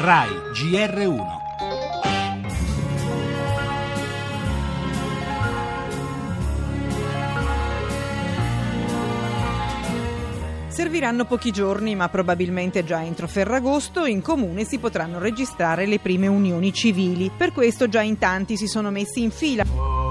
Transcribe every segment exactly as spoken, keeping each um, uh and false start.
RAI G R uno. Serviranno pochi giorni, ma probabilmente già entro Ferragosto in comune si potranno registrare le prime unioni civili. Per questo già in tanti si sono messi in fila.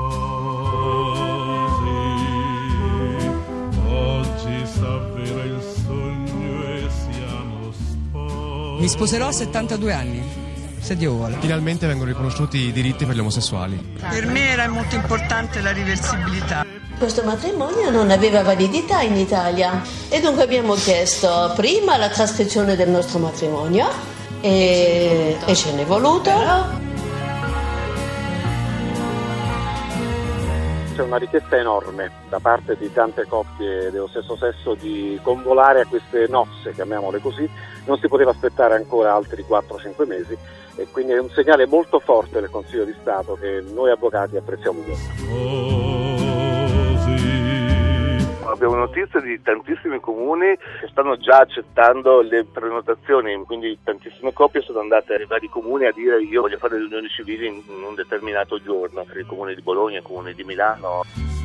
Oggi s'avvera il sogno e siamo sposi. Mi sposerò a settantadue anni, se Dio vuole. Finalmente vengono riconosciuti i diritti per gli omosessuali. Per me era molto importante la reversibilità. Questo matrimonio non aveva validità in Italia e dunque abbiamo chiesto prima la trascrizione del nostro matrimonio e, e ce n'è voluto. C'è una richiesta enorme da parte di tante coppie dello stesso sesso di convolare a queste nozze, chiamiamole così. Non si poteva aspettare ancora altri quattro cinque mesi e quindi è un segnale molto forte del Consiglio di Stato che noi avvocati apprezziamo molto. Abbiamo notizie di tantissimi comuni che stanno già accettando le prenotazioni, quindi tantissime coppie sono andate ai vari comuni a dire io voglio fare le unioni civili in un determinato giorno, per il comune di Bologna, il comune di Milano.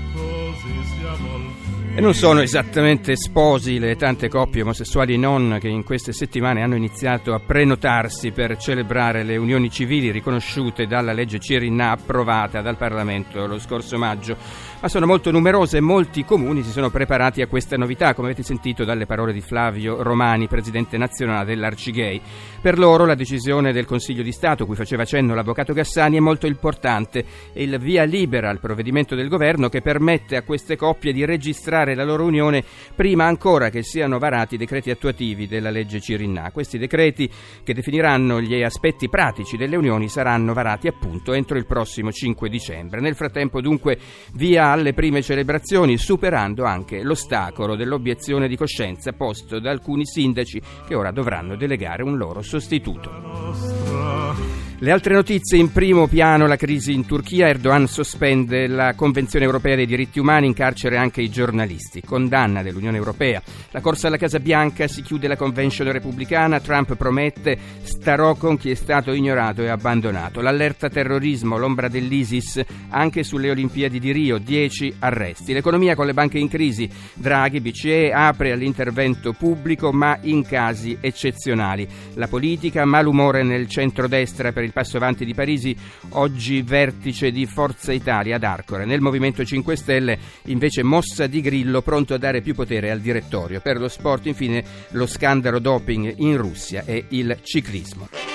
E non sono esattamente sposi le tante coppie omosessuali non che in queste settimane hanno iniziato a prenotarsi per celebrare le unioni civili riconosciute dalla legge Cirinnà approvata dal Parlamento lo scorso maggio, ma sono molto numerose e molti comuni si sono preparati a questa novità, come avete sentito dalle parole di Flavio Romani, presidente nazionale dell'Arcigay. Per loro la decisione del Consiglio di Stato, cui faceva cenno l'avvocato Gassani, è molto importante e il via libera al provvedimento del governo che permette a queste coppie di registrare la loro unione prima ancora che siano varati i decreti attuativi della legge Cirinnà. Questi decreti, che definiranno gli aspetti pratici delle unioni, saranno varati appunto entro il prossimo cinque dicembre. Nel frattempo dunque via alle prime celebrazioni, superando anche l'ostacolo dell'obiezione di coscienza posto da alcuni sindaci che ora dovranno delegare un loro sostituto. Le altre notizie: in primo piano la crisi in Turchia. Erdogan sospende la Convenzione Europea dei diritti umani, in carcere anche i giornalisti. Condanna dell'Unione Europea. La corsa alla Casa Bianca, si chiude la Convention repubblicana. Trump promette starò con chi è stato ignorato e abbandonato. L'allerta terrorismo, l'ombra dell'ISIS anche sulle Olimpiadi di Rio, dieci arresti. L'economia con le banche in crisi. Draghi, B C E, apre all'intervento pubblico ma in casi eccezionali. La politica, malumore nel centrodestra per il passo avanti di Parisi. Oggi vertice di Forza Italia ad Arcore. Nel Movimento cinque Stelle invece mossa di Grillo, pronto a dare più potere al direttorio. Per lo sport infine lo scandalo doping in Russia e il ciclismo.